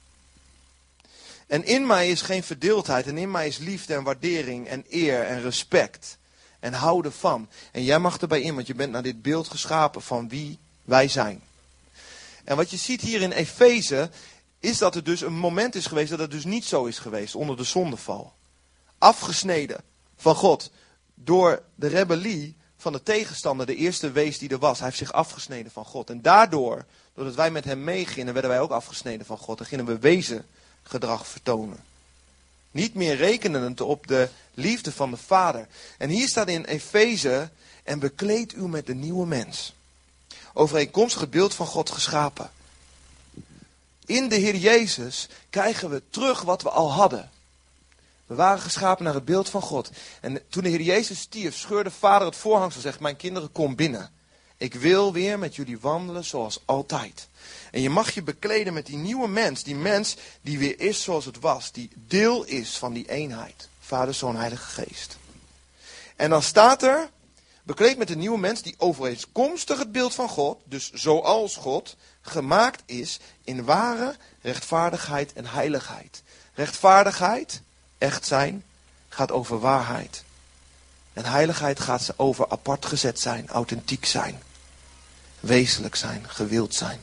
En in mij is geen verdeeldheid. En in mij is liefde en waardering en eer en respect. En houden van. En jij mag erbij in, want je bent naar dit beeld geschapen van wie wij zijn. En wat je ziet hier in Efeze, is dat er dus een moment is geweest dat het dus niet zo is geweest onder de zondeval. Afgesneden van God. Door de rebellie van de tegenstander, de eerste wees die er was. Hij heeft zich afgesneden van God. En daardoor, doordat wij met hem meegingen, werden wij ook afgesneden van God. En gingen we wezengedrag vertonen. Niet meer rekenend op de liefde van de Vader. En hier staat in Efeze, en bekleed u met de nieuwe mens. Overeenkomstig het beeld van God geschapen. In de Heer Jezus krijgen we terug wat we al hadden. We waren geschapen naar het beeld van God. En toen de Heer Jezus stierf, scheurde Vader het voorhangsel en zegt, mijn kinderen, kom binnen. Ik wil weer met jullie wandelen zoals altijd. En je mag je bekleden met die nieuwe mens. Die mens die weer is zoals het was. Die deel is van die eenheid. Vader, Zoon, Heilige Geest. En dan staat er, bekleed met de nieuwe mens die overeenkomstig het beeld van God, dus zoals God, gemaakt is in ware rechtvaardigheid en heiligheid. Rechtvaardigheid, echt zijn, gaat over waarheid. En heiligheid gaat over apart gezet zijn, authentiek zijn. Wezenlijk zijn, gewild zijn.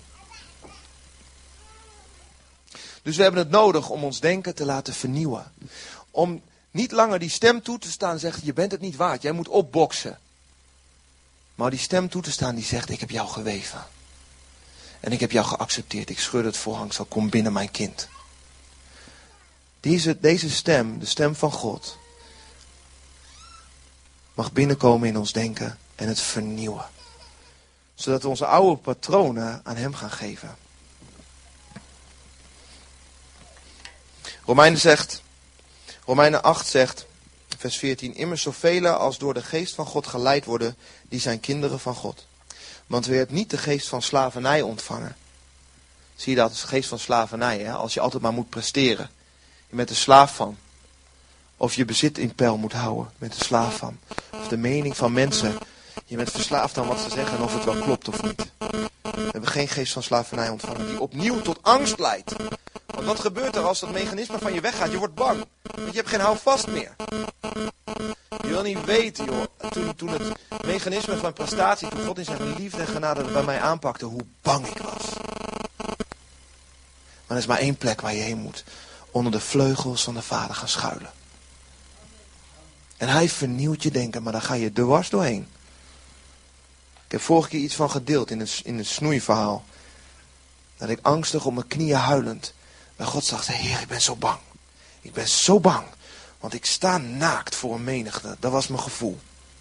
Dus we hebben het nodig om ons denken te laten vernieuwen. Om niet langer die stem toe te staan en zegt, je bent het niet waard, jij moet opboksen. Maar die stem toe te staan die zegt, ik heb jou geweven. En ik heb jou geaccepteerd, ik scheur het voorhangsel, kom binnen mijn kind. Deze stem, de stem van God, mag binnenkomen in ons denken en het vernieuwen. Zodat we onze oude patronen aan hem gaan geven. Romeinen 8 zegt, vers 14, immers zoveel als door de geest van God geleid worden, die zijn kinderen van God. Want we hebben niet de geest van slavernij ontvangen. Zie je dat, de geest van slavernij, hè? Als je altijd maar moet presteren. Je bent er slaaf van. Of je bezit in peil moet houden, je bent er slaaf van. Of de mening van mensen, je bent verslaafd aan wat ze zeggen en of het wel klopt of niet. We hebben geen geest van slavernij ontvangen, die opnieuw tot angst leidt. Want wat gebeurt er als dat mechanisme van je weggaat? Je wordt bang, want je hebt geen houvast meer. Je wil niet weten, joh, toen het mechanisme van prestatie, toen God in zijn liefde en genade bij mij aanpakte, hoe bang ik was. Maar er is maar één plek waar je heen moet. onder de vleugels van de Vader gaan schuilen. En hij vernieuwt je denken, maar daar ga je dwars doorheen. Ik heb vorige keer iets van gedeeld in een snoeiverhaal. Dat ik angstig op mijn knieën huilend bij God zag, Heer, ik ben zo bang. Ik ben zo bang, want ik sta naakt voor een menigte. Dat was mijn gevoel.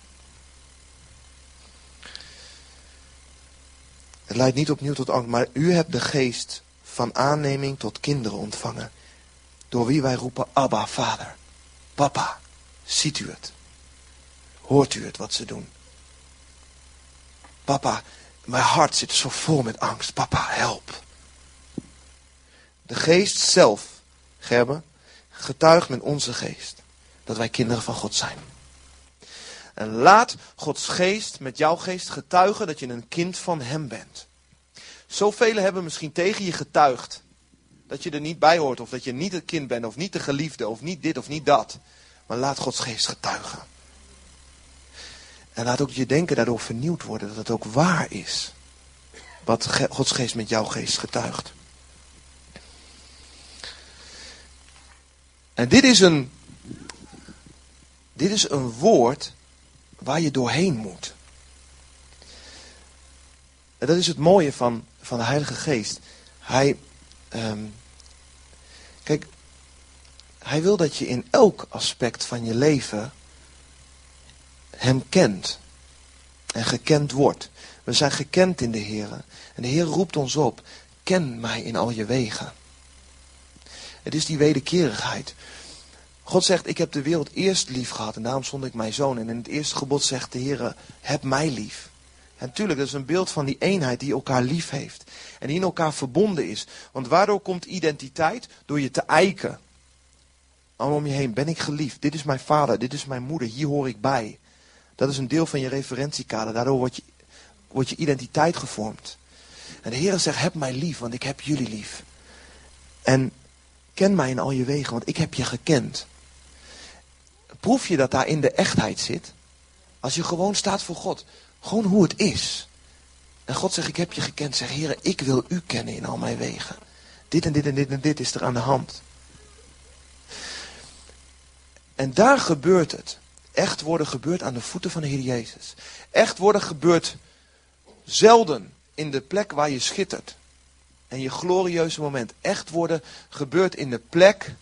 Het leidt niet opnieuw tot angst, maar u hebt de geest van aanneming tot kinderen ontvangen. Door wie wij roepen, Abba, Vader. Papa, ziet u het? Hoort u het wat ze doen? Papa, mijn hart zit zo vol met angst. Papa, help. De geest zelf, Gerben, getuigt met onze geest dat wij kinderen van God zijn. En laat Gods geest met jouw geest getuigen dat je een kind van hem bent. Zoveel hebben misschien tegen je getuigd dat je er niet bij hoort, of dat je niet het kind bent, of niet de geliefde, of niet dit of niet dat. Maar laat Gods geest getuigen. En laat ook je denken daardoor vernieuwd worden, dat het ook waar is. Wat Gods geest met jouw geest getuigt. En dit is een woord waar je doorheen moet. En dat is het mooie van de Heilige Geest. Hij wil dat je in elk aspect van je leven hem kent. En gekend wordt. We zijn gekend in de Heer. En de Heer roept ons op. Ken mij in al je wegen. Het is die wederkerigheid. God zegt, ik heb de wereld eerst lief gehad en daarom zond ik mijn zoon. En in het eerste gebod zegt de Heer, heb mij lief. En natuurlijk, dat is een beeld van die eenheid die elkaar lief heeft. En die in elkaar verbonden is. Want waardoor komt identiteit? Door je te eiken. Allemaal om je heen, ben ik geliefd? Dit is mijn vader, dit is mijn moeder, hier hoor ik bij. Dat is een deel van je referentiekader. Daardoor wordt je identiteit gevormd. En de Heer zegt, heb mij lief, want ik heb jullie lief. En ken mij in al je wegen, want ik heb je gekend. Proef je dat daar in de echtheid zit? Als je gewoon staat voor God. Gewoon hoe het is. En God zegt, ik heb je gekend. Zeg, Heer, ik wil u kennen in al mijn wegen. Dit en dit en dit en dit is er aan de hand. En daar gebeurt het. Echt worden gebeurt aan de voeten van de Heer Jezus. Echt worden gebeurt zelden in de plek waar je schittert. En je glorieuze moment. Echt worden gebeurt in de plek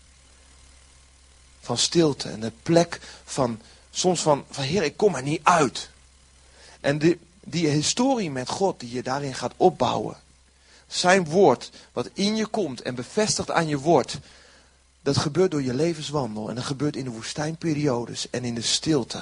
van stilte. En de plek van soms van Heer, ik kom er niet uit. En die historie met God die je daarin gaat opbouwen. Zijn woord wat in je komt en bevestigd aan je woord. Dat gebeurt door je levenswandel. En dat gebeurt in de woestijnperiodes en in de stilte.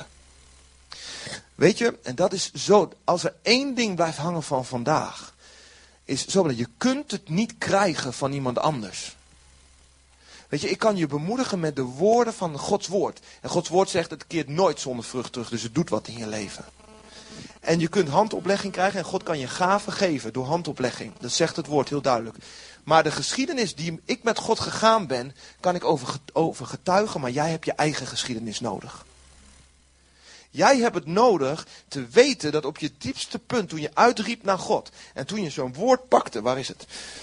Weet je, en dat is zo, als er één ding blijft hangen van vandaag. Is zo dat je kunt het niet krijgen van iemand anders. Weet je, ik kan je bemoedigen met de woorden van Gods woord. En Gods woord zegt, het keert nooit zonder vrucht terug. Dus het doet wat in je leven. En je kunt handoplegging krijgen en God kan je gaven geven door handoplegging. Dat zegt het woord heel duidelijk. Maar de geschiedenis die ik met God gegaan ben, kan ik over getuigen, maar jij hebt je eigen geschiedenis nodig. Jij hebt het nodig te weten dat op je diepste punt, toen je uitriep naar God, en toen je zo'n woord pakte, waar is het?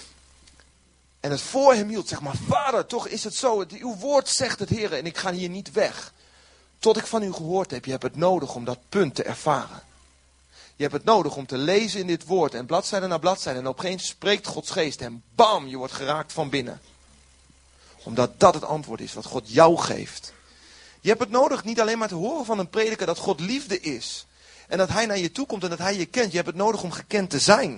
En het voor hem hield, zeg maar, Vader, toch is het zo, uw woord zegt het, Heer, en ik ga hier niet weg. Tot ik van u gehoord heb, je hebt het nodig om dat punt te ervaren. Je hebt het nodig om te lezen in dit woord en bladzijde na bladzijde. En opeens spreekt Gods geest en bam, je wordt geraakt van binnen. Omdat dat het antwoord is wat God jou geeft. Je hebt het nodig niet alleen maar te horen van een prediker dat God liefde is. En dat hij naar je toe komt en dat hij je kent. Je hebt het nodig om gekend te zijn.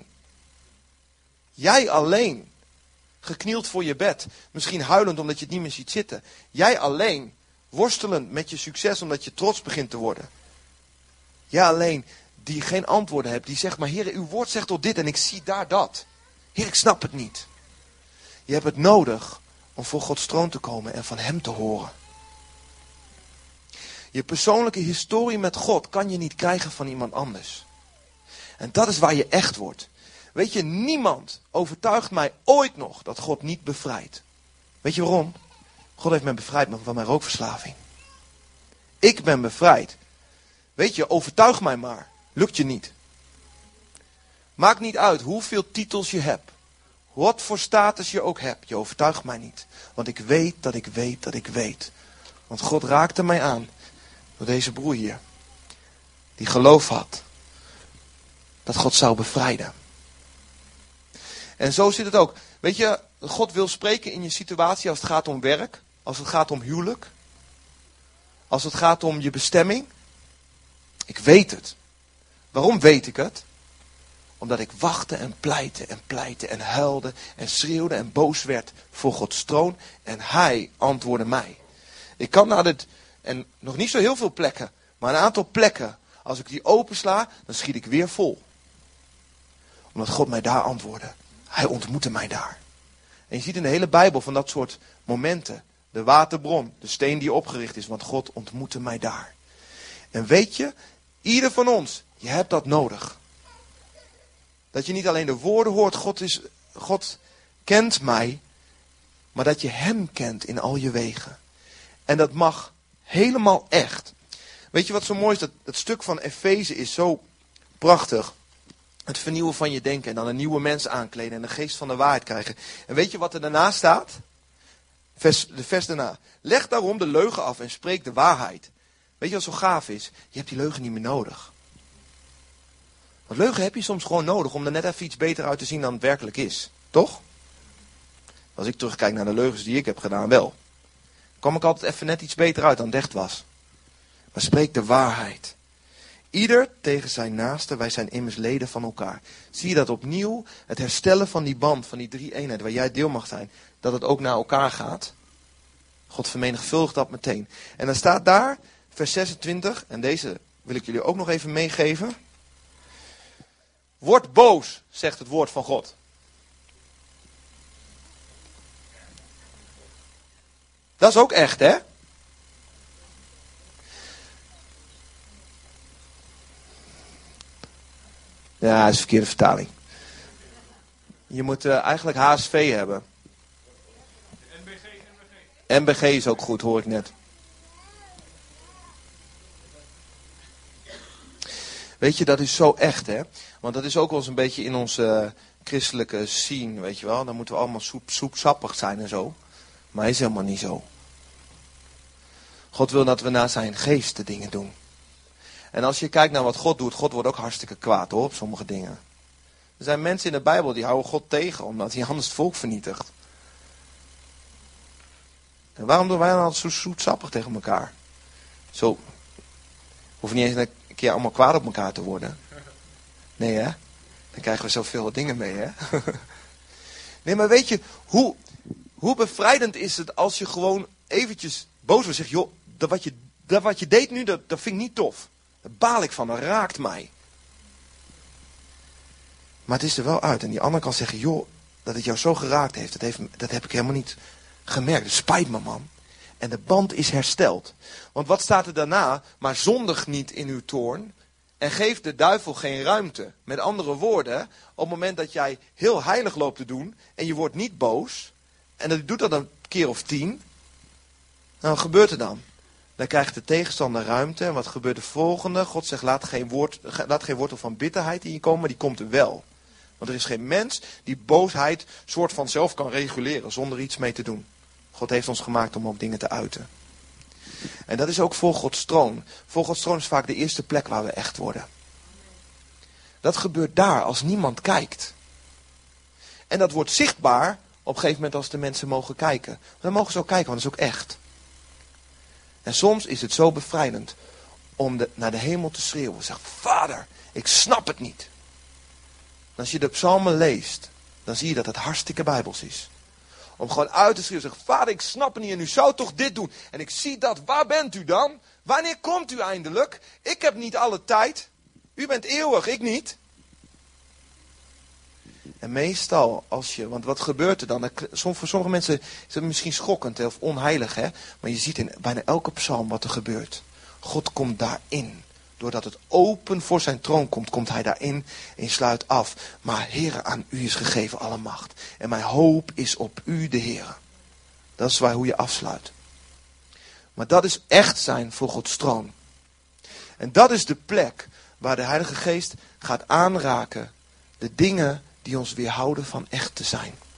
Jij alleen, geknield voor je bed. Misschien huilend omdat je het niet meer ziet zitten. Jij alleen, worstelend met je succes omdat je trots begint te worden. Jij alleen, die geen antwoorden hebt, die zegt, maar Heer, uw woord zegt tot dit en ik zie daar dat. Heer, ik snap het niet. Je hebt het nodig om voor Gods troon te komen en van hem te horen. Je persoonlijke historie met God kan je niet krijgen van iemand anders. En dat is waar je echt wordt. Weet je, niemand overtuigt mij ooit nog dat God niet bevrijdt. Weet je waarom? God heeft mij bevrijd van mijn rookverslaving. Ik ben bevrijd. Weet je, overtuig mij maar. Lukt je niet. Maakt niet uit hoeveel titels je hebt. Wat voor status je ook hebt, je overtuigt mij niet. Want ik weet dat ik weet dat ik weet. Want God raakte mij aan door deze broer hier. Die geloof had dat God zou bevrijden. En zo zit het ook. Weet je, God wil spreken in je situatie als het gaat om werk. Als het gaat om huwelijk. Als het gaat om je bestemming. Ik weet het. Waarom weet ik het? Omdat ik wachtte en pleitte en huilde en schreeuwde en boos werd voor Gods troon. En hij antwoordde mij. Ik kan naar dit, en nog niet zo heel veel plekken, maar een aantal plekken. Als ik die opensla, dan schiet ik weer vol. Omdat God mij daar antwoordde. Hij ontmoette mij daar. En je ziet in de hele Bijbel van dat soort momenten. De waterbron, de steen die opgericht is, want God ontmoette mij daar. En weet je, ieder van ons, je hebt dat nodig. Dat je niet alleen de woorden hoort, God kent mij, maar dat je hem kent in al je wegen. En dat mag helemaal echt. Weet je wat zo mooi is? Dat stuk van Efeze is zo prachtig. Het vernieuwen van je denken en dan een nieuwe mens aankleden en de geest van de waarheid krijgen. En weet je wat er daarna staat? De vers daarna. Leg daarom de leugen af en spreek de waarheid. Weet je wat zo gaaf is? Je hebt die leugen niet meer nodig. Want leugen heb je soms gewoon nodig om er net even iets beter uit te zien dan het werkelijk is. Toch? Als ik terugkijk naar de leugens die ik heb gedaan, wel. Kwam ik altijd even net iets beter uit dan het echt was. Maar spreek de waarheid. Ieder tegen zijn naaste, wij zijn immers leden van elkaar. Zie je dat opnieuw, het herstellen van die band, van die drie eenheid, waar jij deel mag zijn, dat het ook naar elkaar gaat. God vermenigvuldigt dat meteen. En dan staat daar, vers 26, en deze wil ik jullie ook nog even meegeven. Word boos, zegt het woord van God. Dat is ook echt, hè? Ja, dat is de verkeerde vertaling. Je moet eigenlijk HSV hebben. NBG is ook goed, hoor ik net. Weet je, dat is zo echt, hè? Want dat is ook wel eens een beetje in onze christelijke scene, weet je wel. Dan moeten we allemaal soepsappig zijn en zo. Maar hij is helemaal niet zo. God wil dat we naar zijn geest de dingen doen. En als je kijkt naar wat God doet, God wordt ook hartstikke kwaad hoor, op sommige dingen. Er zijn mensen in de Bijbel die houden God tegen, omdat hij anders het volk vernietigt. En waarom doen wij dan altijd zo zoetsappig tegen elkaar? Zo, hoeven niet eens een keer allemaal kwaad op elkaar te worden. Nee hè? Dan krijgen we zoveel dingen mee hè? Nee, maar weet je, hoe bevrijdend is het als je gewoon eventjes boos wordt. Zeg, joh, dat wat je deed nu, dat vind ik niet tof. Daar baal ik van, dat raakt mij. Maar het is er wel uit. En die ander kan zeggen, joh, dat het jou zo geraakt heeft, dat heb ik helemaal niet gemerkt. Het spijt me, man. En de band is hersteld. Want wat staat er daarna? Maar zondig niet in uw toorn. En geef de duivel geen ruimte. Met andere woorden, op het moment dat jij heel heilig loopt te doen en je wordt niet boos, en dat doet dat een keer of 10, nou, wat gebeurt er dan? Dan krijgt de tegenstander ruimte. En wat gebeurt de volgende? God zegt, laat geen wortel van bitterheid in je komen, maar die komt er wel. Want er is geen mens die boosheid soort van zelf kan reguleren zonder iets mee te doen. God heeft ons gemaakt om ook dingen te uiten. En dat is ook voor Gods troon. Voor Gods troon is vaak de eerste plek waar we echt worden. Dat gebeurt daar als niemand kijkt. En dat wordt zichtbaar op een gegeven moment als de mensen mogen kijken. Dan mogen ze ook kijken, want dat is ook echt. En soms is het zo bevrijdend om naar de hemel te schreeuwen. Zeg, Vader, ik snap het niet. En als je de psalmen leest, dan zie je dat het hartstikke bijbels is. Om gewoon uit te schreeuwen, zeg, Vader, ik snap het niet en u zou toch dit doen. En ik zie dat, waar bent u dan? Wanneer komt u eindelijk? Ik heb niet alle tijd. U bent eeuwig, ik niet. En meestal, want wat gebeurt er dan? Voor sommige mensen is het misschien schokkend of onheilig, hè? Maar je ziet in bijna elke psalm wat er gebeurt. God komt daarin. Doordat het open voor zijn troon komt, komt hij daarin en sluit af. Maar Heere, aan u is gegeven alle macht. En mijn hoop is op u, de Heere. Dat is hoe je afsluit. Maar dat is echt zijn voor Gods troon. En dat is de plek waar de Heilige Geest gaat aanraken. De dingen die ons weerhouden van echt te zijn.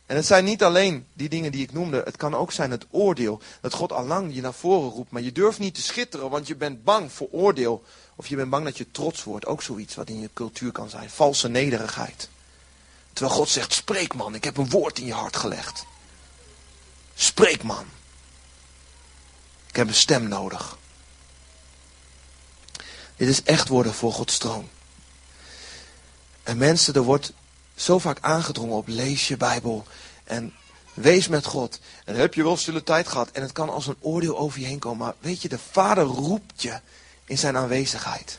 En het zijn niet alleen die dingen die ik noemde. Het kan ook zijn het oordeel. Dat God allang je naar voren roept. Maar je durft niet te schitteren, want je bent bang voor oordeel. Of je bent bang dat je trots wordt. Ook zoiets wat in je cultuur kan zijn. Valse nederigheid. Terwijl God zegt, spreek man, ik heb een woord in je hart gelegd. Spreek man. Ik heb een stem nodig. Dit is echt worden voor Gods troon. En mensen, er wordt zo vaak aangedrongen op lees je Bijbel. En wees met God. En dan heb je wel stille tijd gehad. En het kan als een oordeel over je heen komen. Maar weet je, de Vader roept je in zijn aanwezigheid.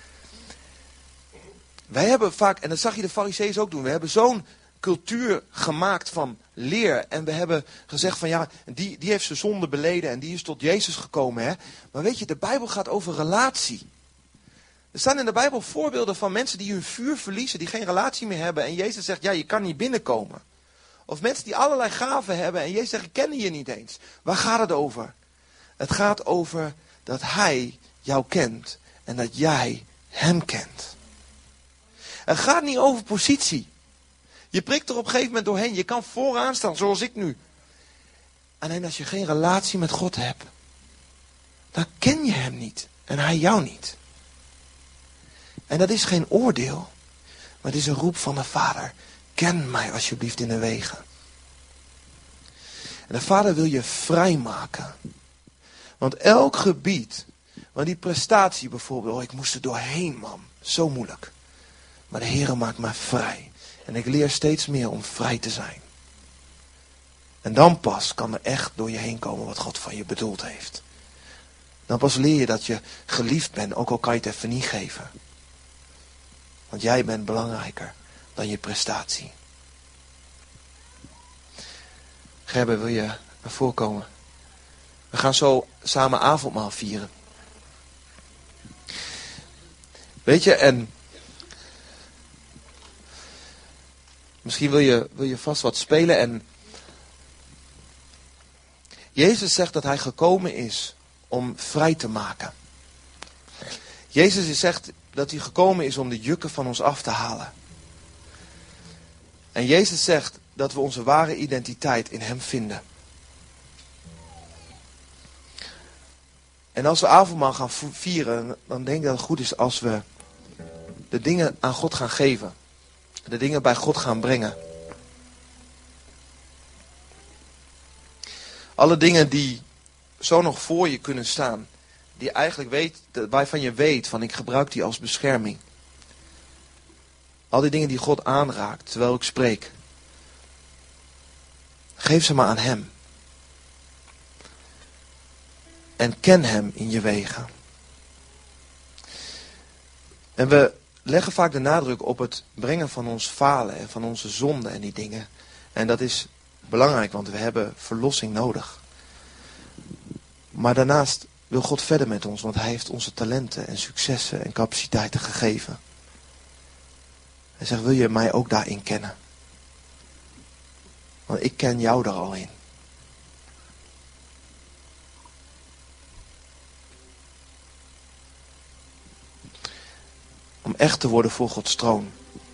Wij hebben vaak, en dat zag je de Farizeeën ook doen. We hebben zo'n cultuur gemaakt van leer. En we hebben gezegd van ja, die heeft zijn zonde beleden. En die is tot Jezus gekomen. Hè? Maar weet je, de Bijbel gaat over relatie. Er staan in de Bijbel voorbeelden van mensen die hun vuur verliezen, die geen relatie meer hebben. En Jezus zegt, ja, je kan niet binnenkomen. Of mensen die allerlei gaven hebben en Jezus zegt, ik ken je niet eens. Waar gaat het over? Het gaat over dat Hij jou kent en dat jij Hem kent. Het gaat niet over positie. Je prikt er op een gegeven moment doorheen. Je kan vooraan staan, zoals ik nu. Alleen als je geen relatie met God hebt, dan ken je Hem niet en Hij jou niet. En dat is geen oordeel, maar het is een roep van de Vader. Ken mij alsjeblieft in de wegen. En de Vader wil je vrijmaken. Want elk gebied, want die prestatie bijvoorbeeld, oh ik moest er doorheen man, zo moeilijk. Maar de Heere maakt mij vrij. En ik leer steeds meer om vrij te zijn. En dan pas kan er echt door je heen komen wat God van je bedoeld heeft. Dan pas leer je dat je geliefd bent, ook al kan je het even niet geven. Want jij bent belangrijker dan je prestatie. Gerber, wil je naar voren komen? We gaan zo samen avondmaal vieren. Weet je, en misschien wil je vast wat spelen. En Jezus zegt dat hij gekomen is om vrij te maken. Jezus zegt dat hij gekomen is om de jukken van ons af te halen. En Jezus zegt dat we onze ware identiteit in Hem vinden. En als we avondmaal gaan vieren, dan denk ik dat het goed is als we de dingen aan God gaan geven. De dingen bij God gaan brengen. Alle dingen die zo nog voor je kunnen staan. Die eigenlijk waarvan je weet van ik gebruik die als bescherming. Al die dingen die God aanraakt terwijl ik spreek. Geef ze maar aan Hem. En ken Hem in je wegen. En we leggen vaak de nadruk op het brengen van ons falen en van onze zonden en die dingen. En dat is belangrijk, want we hebben verlossing nodig. Maar daarnaast wil God verder met ons, want Hij heeft onze talenten en successen en capaciteiten gegeven. Hij zegt, wil je mij ook daarin kennen? Want ik ken jou daar al in. Om echt te worden voor Gods troon.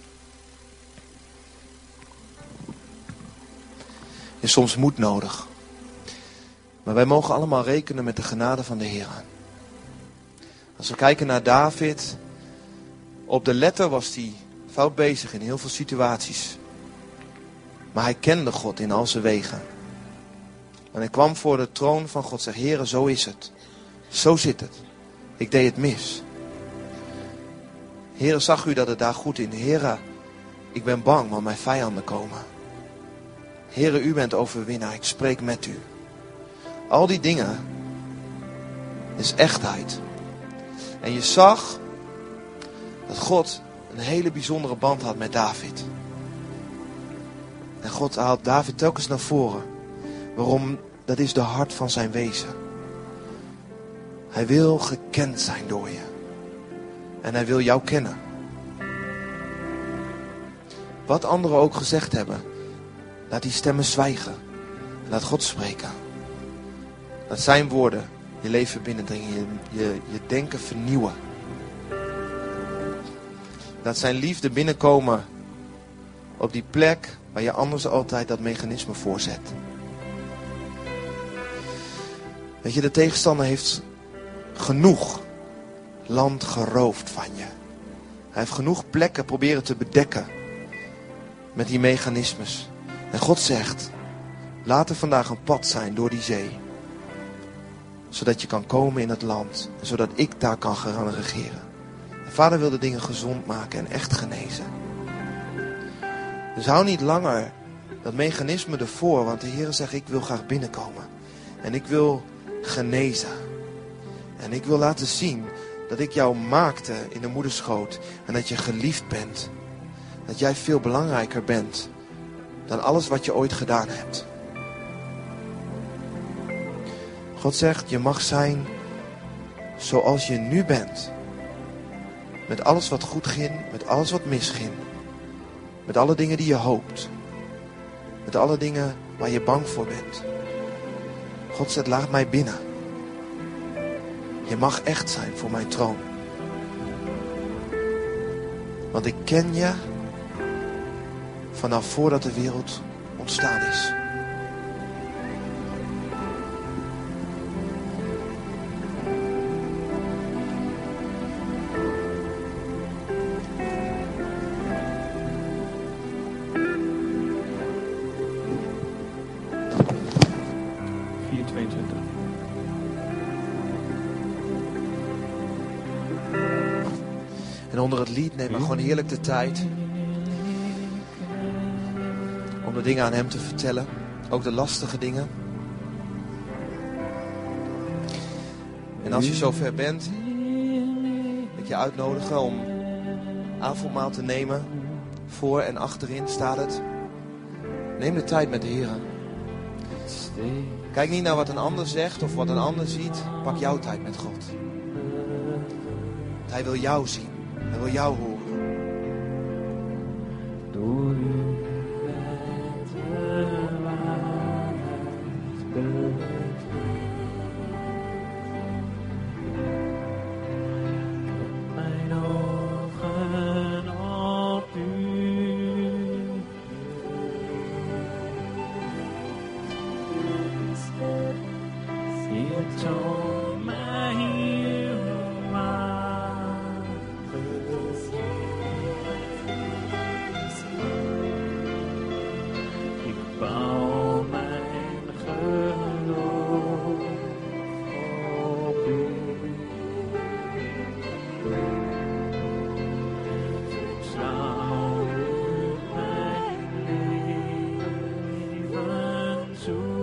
Is soms moed nodig. Maar wij mogen allemaal rekenen met de genade van de Heer. Als we kijken naar David. Op de letter was hij fout bezig in heel veel situaties. Maar hij kende God in al zijn wegen. En hij kwam voor de troon van God. Zegt, Heere, zo is het. Zo zit het. Ik deed het mis. Heere, zag u dat het daar goed in? Heere, ik ben bang, want mijn vijanden komen. Heere, u bent overwinnaar. Ik spreek met u. Al die dingen is echtheid. En je zag dat God een hele bijzondere band had met David. En God haalt David telkens naar voren. Waarom? Dat is de hart van zijn wezen. Hij wil gekend zijn door je. En hij wil jou kennen. Wat anderen ook gezegd hebben. Laat die stemmen zwijgen. Laat God spreken. Laat zijn woorden je leven binnendringen. Je denken vernieuwen. Laat zijn liefde binnenkomen op die plek waar je anders altijd dat mechanisme voor zet. Weet je, de tegenstander heeft genoeg land geroofd van je. Hij heeft genoeg plekken proberen te bedekken met die mechanismes. En God zegt, laat er vandaag een pad zijn door die zee. Zodat je kan komen in het land. En zodat ik daar kan gaan regeren. En Vader wil de dingen gezond maken en echt genezen. Dus hou niet langer dat mechanisme ervoor. Want de Heer zegt, ik wil graag binnenkomen. En ik wil genezen. En ik wil laten zien dat ik jou maakte in de moederschoot. En dat je geliefd bent. Dat jij veel belangrijker bent dan alles wat je ooit gedaan hebt. God zegt, je mag zijn zoals je nu bent. Met alles wat goed ging, met alles wat misging. Met alle dingen die je hoopt. Met alle dingen waar je bang voor bent. God zegt, laat mij binnen. Je mag echt zijn voor mijn troon. Want ik ken je vanaf voordat de wereld ontstaan is. En onder het lied neem maar gewoon heerlijk de tijd om de dingen aan hem te vertellen. Ook de lastige dingen. En als je zover bent, wil ik je uitnodigen om avondmaal te nemen. Voor en achterin staat het. Neem de tijd met de Heer. Kijk niet naar wat een ander zegt of wat een ander ziet. Pak jouw tijd met God. Hij wil jou zien. Hij wil jou horen. Door u met de waarheid bekleed. Mijn ogen op u. Je toont mij uw macht. Ik bouw mijn geloof op u. Vertrouw u mijn leven toe.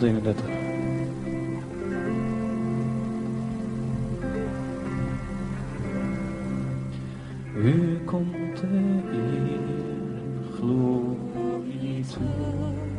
131. U komt de eer en glorie toe.